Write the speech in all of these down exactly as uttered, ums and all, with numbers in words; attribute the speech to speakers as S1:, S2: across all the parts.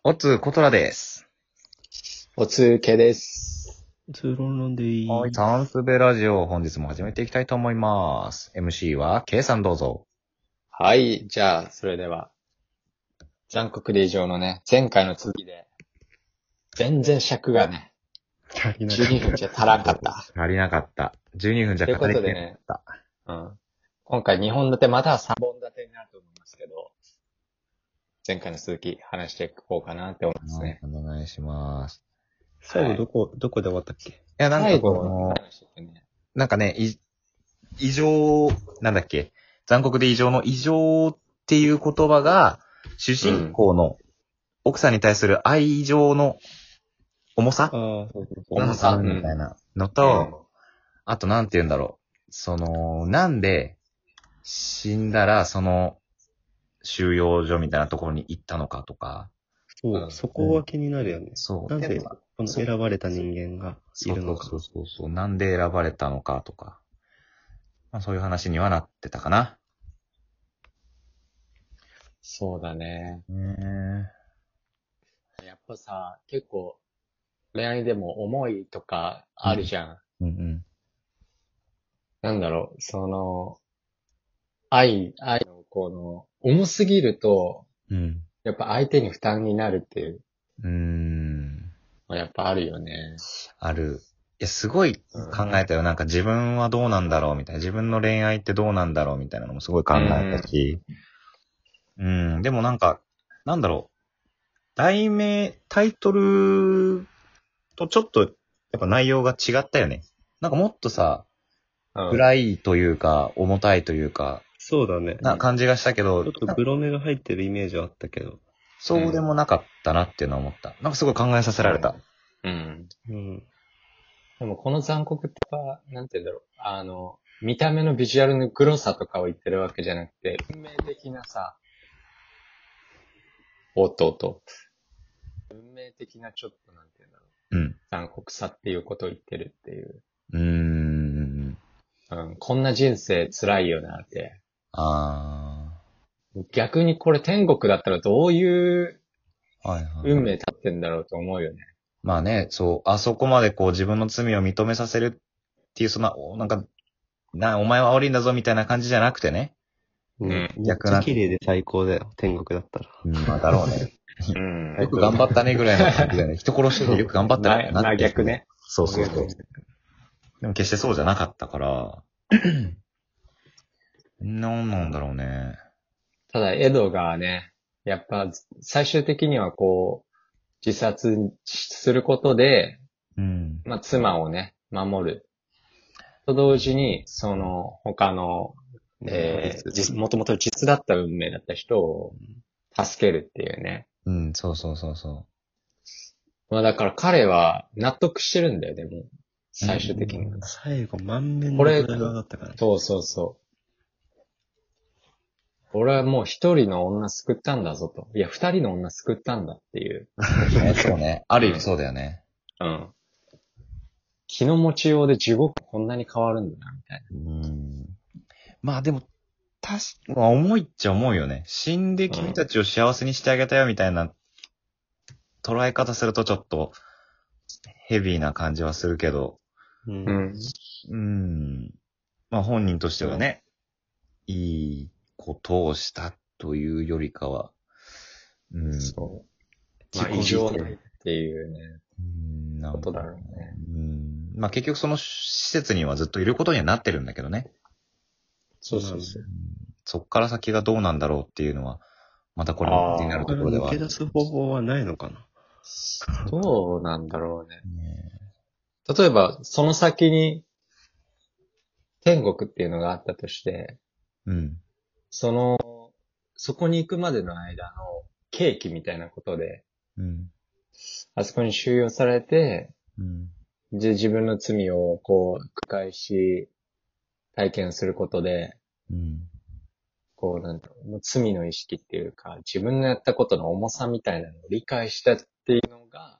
S1: おつことらです。
S2: おつけです。
S3: ツーロンロンでいい。
S1: はい、サンスベラジオ、本日も始めていきたいと思います。エムシー は K さんどうぞ。
S2: はい、じゃあ、それでは、残酷で以上のね、前回の続きで、全然尺がね、
S3: 足りな
S2: じゅうにふんじゃ足らんかった。
S1: 足りなかった。じゅうにふんじゃ語りきれなかった。
S2: うん。今回にほん立てまたはさんぼん立てになると思いますけど、前回の続き話していこうかなって思いますね。
S1: お願いします。
S3: 最後どこ、どこで終わったっけ？
S1: いや、なんか
S2: 最
S1: こ
S2: 後の
S1: の、
S2: 話してね。
S1: なんかね、い異常、なんだっけ、残酷で異常の異常っていう言葉が、主人公の奥さんに対する愛情の重さ、
S3: ああ、そうそうそう。
S2: 重さ
S1: なのかなみたいなのと、
S2: うん
S1: あとなんて言うんだろう。その、なんで死んだらその収容所みたいなところに行ったのかとか。
S3: そう、
S2: うん
S3: そこは気になるよね。
S1: そう。
S3: なんで、
S1: で
S3: この選ばれた人間がいるのか。
S1: そうそうそうそう。なんで選ばれたのかとか。まあそういう話にはなってたかな。
S2: そうだね。
S1: ね
S2: やっぱさ、結構、恋愛でも思いとかあるじゃん。
S1: うんうん。
S2: なんだろう、その、愛、愛のこの、重すぎると、
S1: うん。
S2: やっぱ相手に負担になるっていう
S1: うーん。
S2: のやっぱあるよね。
S1: ある。いや、すごい考えたよ。なんか自分はどうなんだろうみたいな。自分の恋愛ってどうなんだろうみたいなのもすごい考えたし。うん、うん。でもなんか、なんだろう。題名、タイトルとちょっと、やっぱ内容が違ったよね。なんかもっとさ、
S2: うん、
S1: 暗いというか、重たいというか、
S3: そうだね。
S1: な感じがしたけど、
S3: ちょっとグロめが入ってるイメージはあったけど。
S1: そうでもなかったなっていうのは思った。なんかすごい考えさせられた。
S2: うん。
S3: うん。
S2: でもこの残酷ってやっぱ、なんて言うんだろう。あの、見た目のビジュアルのグロさとかを言ってるわけじゃなくて、運命的なさ、おっとおっと。運命的なちょっとなんて言うんだろう。
S1: うん。
S2: 残酷さっていうことを言ってるっていう。
S1: うーん。
S2: うん。こんな人生辛いよなって。
S1: あ
S2: 逆にこれ天国だったらどういう
S1: ー。はいはい。
S2: 運命立ってんだろうと思うよね。
S1: まあね、そう、あそこまでこう自分の罪を認めさせるっていう、そんな、おなんか、な、お前は悪いんだぞみたいな感じじゃなくてね。
S2: うん
S3: ね、めっちゃ綺麗で最高だよ、天国だったら。
S1: うん、まあだろうね。
S2: うん。
S1: よく頑張ったねぐらいの感じだよね。人殺しててよく頑張ったね。
S2: な真逆ね。
S1: そうそうそう。でも決してそうじゃなかったから、なんなんだろうね。
S2: ただ、エドがね、やっぱ最終的にはこう、自殺することで、
S1: うん。
S2: まあ妻をね、守る。と同時に、その他の、えー、実もともと実だった運命だった人を助けるっていうね。
S1: うん、そうそうそうそ
S2: まあだから彼は納得してるんだよね、もう。最終的に。
S3: うん最後、満面の
S2: これ
S3: ドヤ顔だったからね。
S2: そうそうそう。俺はもう一人の女救ったんだぞと。いや、二人の女救ったんだっていう。
S1: う。ね、そうね。ある意味そうだよね。
S2: うん。気の持ちようで地獄こんなに変わるんだな、みたい
S1: うん。まあでも、確か、まあ重いっちゃ重いよね。死んで君たちを幸せにしてあげたよみたいな捉え方するとちょっとヘビーな感じはするけど。
S3: うん
S2: な。うん。
S1: うん。まあ本人としてはね、いいことをしたというよりかは、うん。
S2: そう。まあ、
S1: 自己
S2: 異常
S1: 犠牲
S2: ないっていうね、
S1: うん、なん
S2: ことだろうね。
S1: うん。まあ結局その施設にはずっといることにはなってるんだけどね。
S2: そうそうそう。
S1: そっから先がどうなんだろうっていうのは、またこれも気になる
S3: ことれ
S1: ころではある。
S3: 抜け出す方法はないのかな？
S2: どうなんだろうね。
S1: ね
S2: 例えば、その先に天国っていうのがあったとして、
S1: うん。
S2: その、そこに行くまでの間の刑期みたいなことで、
S1: うん。
S2: あそこに収容されて、
S1: うん。
S2: で自分の罪をこう、繰り返し体験することで、
S1: うん。
S2: こう、なんだろう、もう罪の意識っていうか、自分のやったことの重さみたいなのを理解したっていうのが、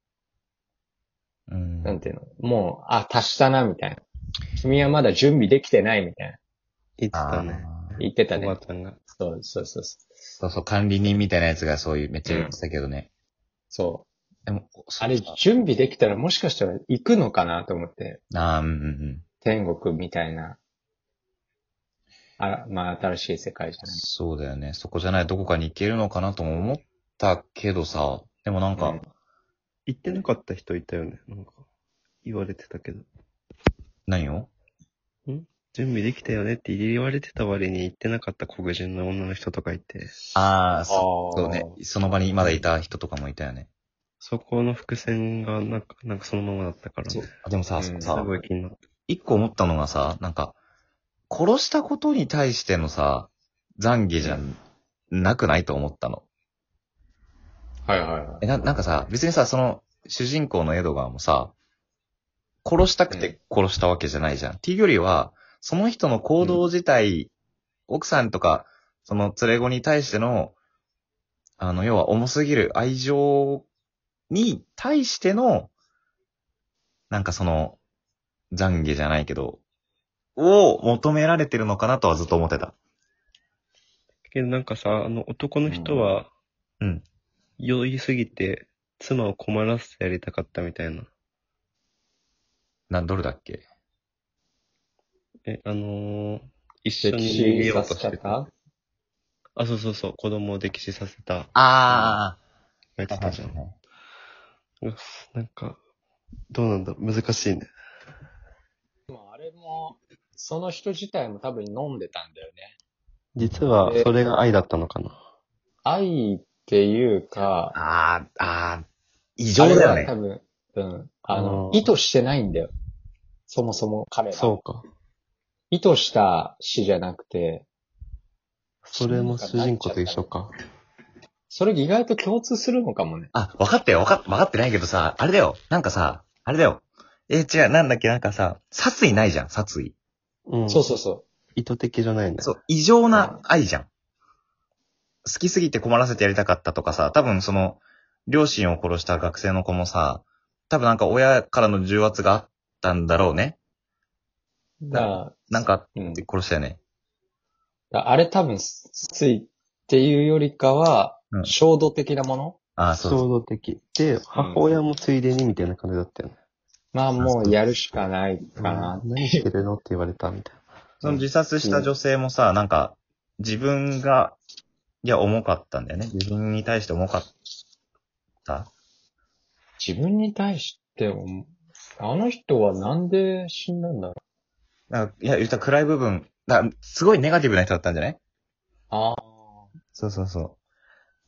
S1: うん。
S2: なんていうの、もう、あ、達したな、みたいな。君はまだ準備できてないみたいな。
S3: 言ってたね。
S1: あー
S2: 言ってたね
S3: おば。ちゃんが。
S2: そうそうそうそ
S1: そうそう、管理人みたいなやつがそういうめっちゃ言ってたけどね。
S2: そ
S1: でも、
S2: う。あれ、準備できたらもしかしたら行くのかなと思って、
S1: ああ、うんうんうん。
S2: 天国みたいな、あ、まあ、新しい世界じゃない。
S1: そうだよね。そこじゃないどこかに行けるのかなとも思ったけどさ、でもなんか、
S2: うん
S3: 行ってなかった人いたよね。なんか、言われてたけど。
S1: 何を
S3: 準備できたよねって言われてた割に行ってなかった黒人の女の人とかいて、
S1: ああ、
S2: そ
S1: そうね。その場にまだいた人とかもいたよね。
S3: そこの伏線がなんか、なんかそのままだったからね。
S1: そう。あでもさ、
S2: うん
S3: す
S1: さ、
S3: ごい気になった。
S1: 一個思ったのがさ、なんか、殺したことに対してのさ、懺悔じゃなくないと思ったの。
S2: はいはいはい。
S1: え、な、なんかさ、別にさ、その、主人公のエドガーもさ、殺したくて殺したわけじゃないじゃん。っていうよりは、その人の行動自体、奥さんとか、その連れ子に対しての、あの、要は重すぎる愛情に対しての、なんかその、懺悔じゃないけど、を求められてるのかなとはずっと思ってた。
S3: けどなんかさ、あの男の人は、
S1: うん。
S3: 酔いすぎて、妻を困らせてやりたかったみたいな。
S1: な、どれだっけ？
S3: え、あのー、一緒に逃げようとしてた。あ、そうそうそう、子供を溺死させた。
S1: あ
S3: やってたじゃん。
S1: はいはいはい
S3: うっなんか、どうなんだろう、難しいね。
S2: でもあれも、その人自体も多分飲んでたんだよね。
S3: 実は、それが愛だったのかな。
S2: 愛っていうか、
S1: ああ、ああ、異
S2: あ
S1: 常だよ
S2: れは多
S1: ね。
S2: 分、うん、あの、
S3: あー
S2: 意図してないんだよ。そもそも彼ら。
S3: そうか。
S2: 意図した死じゃなくて、
S3: それも主人公と一緒か。
S2: それ意外と共通するのかもね。
S1: あ、分かったよ、分かっ、分かってないけどさ、あれだよ、なんかさ、あれだよ。え、違う、なんだっけ、なんかさ、殺意ないじゃん、殺意。
S3: うん。
S2: そうそうそ
S3: 意図的じゃないね。
S1: そう、異常な愛じゃん。好きすぎて困らせてやりたかったとかさ、多分その、両親を殺した学生の子もさ、多分なんか親からの重圧があったんだろうね。
S2: う。だから
S1: なんか、
S2: うん
S1: 殺したよね。
S2: だあれ多分、ついっていうよりかは、
S1: うん
S2: 衝動的なもの
S1: ああ、そう
S3: 衝動的。で、母親もついでにみたいな感じだったよね。
S2: まあもうやるしかないかな。
S3: うん何してるのって言われたみたい
S1: その自殺した女性もさ、なんか、自分が、いや、重かったんだよね。自分に対して重かった。
S2: 自分に対しても、あの人はなんで死んだんだろう。
S1: なんかいや、言ったら暗い部分、だすごいネガティブな人だったんじゃない
S2: ああ。
S1: そうそうそう。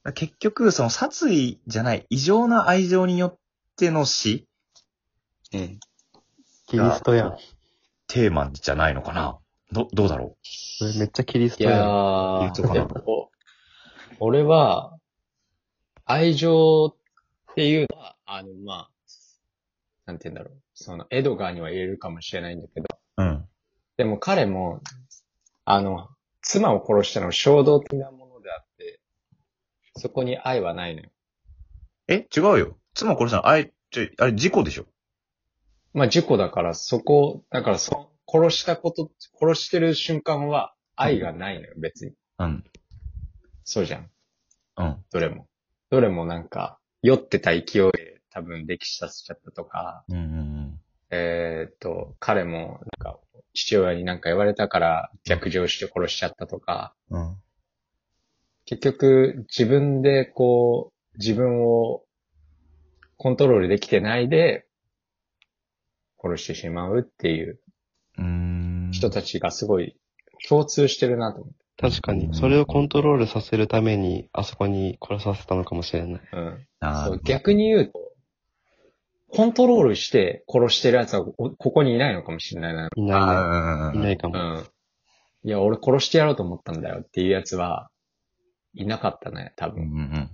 S1: 結局、その殺意じゃない異常な愛情によっての死
S2: うん。
S3: な。キリストやん。
S1: テーマじゃないのかな。ど、どうだろ
S3: それめっちゃキリス
S2: いや
S3: トやん。
S2: ー、
S1: 言うとかな
S2: でも俺は、愛情っていうのは、あの、まあ、なんて言うんだろう。その、エドガーには言えるかもしれないんだけど、
S1: う。うん。
S2: でも彼も、あの、妻を殺したのは衝動的なものであって、そこに愛はないのよ。
S1: え、違うよ。妻殺したの、あれ、ちょ、あれ事故でしょ。
S2: まあ、事故だから、そこ、だから、そ、殺したこと、殺してる瞬間は愛がないのよ、別に。
S1: うん。
S2: そうじゃん。
S1: うん。
S2: どれも。どれもなんか、酔ってた勢いで多分溺死させちゃったとか、
S1: うんうん
S2: えーっと、彼もなんか、父親になんか言われたから逆上して殺しちゃったとか、
S1: うん。うん。
S2: 結局自分でこう、自分をコントロールできてないで殺してしまうっていう
S1: うーん。
S2: 人たちがすごい共通してるなと思って。
S3: 確かに。それをコントロールさせるために、あそこに殺させたのかもしれない。
S2: うん。
S1: あー
S2: そう逆に言うと、コントロールして殺してる奴はこここにいないのかもしれないな。
S3: いない
S1: あー、
S3: ね。いないかも。
S2: うん。いや、俺殺してやろうと思ったんだよっていうやつは、いなかったね、多
S1: うんうん
S2: 分。
S1: うん。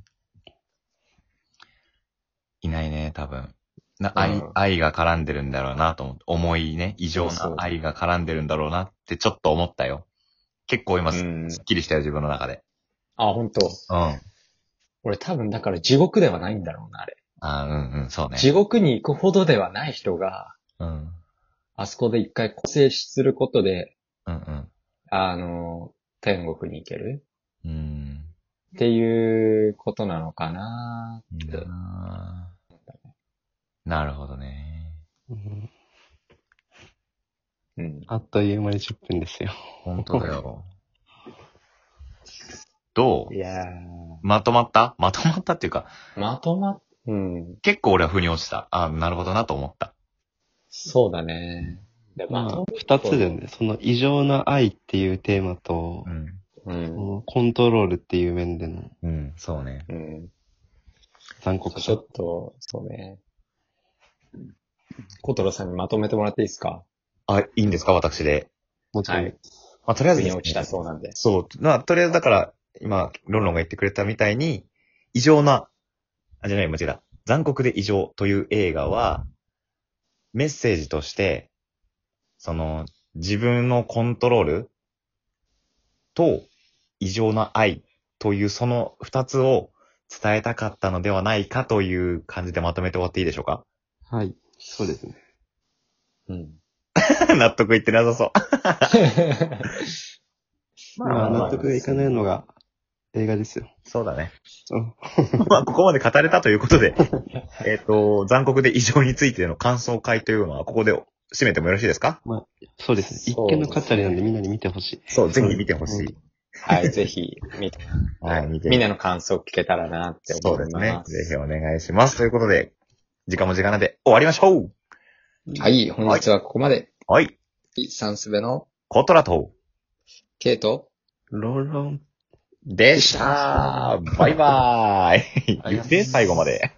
S1: いないね、多分。な、
S2: うん
S1: 愛、愛が絡んでるんだろうなと思って、重いね、異常
S2: そうそう
S1: な愛が絡んでるんだろうなってちょっと思ったよ。結構今す、
S2: うん
S1: すっきりしたよ、自分の中で。
S2: あ、本当。
S1: うん。
S2: 俺多分だから地獄ではないんだろうな、あれ。
S1: あーうんうん、そうね。
S2: 地獄に行くほどではない人が、
S1: うん。
S2: あそこで一回固定することで、
S1: うんうん。
S2: あの、天国に行ける。
S1: うん。
S2: っていうことなのかなーって。
S1: ななるほどね。
S3: うん
S2: うん。
S3: あっという間にじゅっぷんですよ。
S1: 本当だよ。どう
S2: いやー、
S1: まとまったまとまったっていうか、
S2: まとまっ、うん。
S1: 結構俺は腑に落ちた。あなるほどなと思った。
S2: そうだね。で、
S3: まあ
S2: まと、
S3: 二つでね、その異常な愛っていうテーマと
S1: う、ん。
S2: うん。
S3: そのコントロールっていう面での
S1: うん、そうね。
S2: うん。
S3: 残酷さ
S2: ちょ。っと、そうね。コトロさんにまとめてもらっていいですか？
S1: あ、いいんですか私で。
S3: もちろん。
S2: はい。
S1: まあ、とりあえずですね、
S2: 腑に落ちたそうなんで。
S1: そう。まあ、とりあえずだから、今、ロンロンが言ってくれたみたいに、異常な、あ、じゃない、間違えた。残酷で異常という映画は、メッセージとして、その、自分のコントロールと異常な愛というその二つを伝えたかったのではないかという感じでまとめて終わっていいでしょうか？
S3: はい。そうですね。
S2: うん。
S1: 納得いってなさそう。
S3: まあ、納得がいかないのが映画ですよ。
S1: そうだね。
S3: うん。
S1: まあ、ここまで語れたということで、えっと、残酷で異常についての感想会というのは、ここで締めてもよろしいですか？
S3: そうですね。一
S2: そう
S3: 見の語りなんでみんなに見てほしい。
S1: そう、ぜひ見てほしい。
S2: はい、ぜひ、見て、
S1: はい、見て
S2: みんなの感想聞けたらなって
S1: そうですね
S2: 思いま。す。
S1: ぜひお願いします。ということで、時間も時間なんで終わりましょう。
S2: はい、本日はここまで。
S1: はい。
S2: サンスベの
S1: コトラと、
S2: ケイト
S3: ロンロン。
S1: でした。バイバーイ。
S3: ありがとうございます
S1: 言って、最後まで。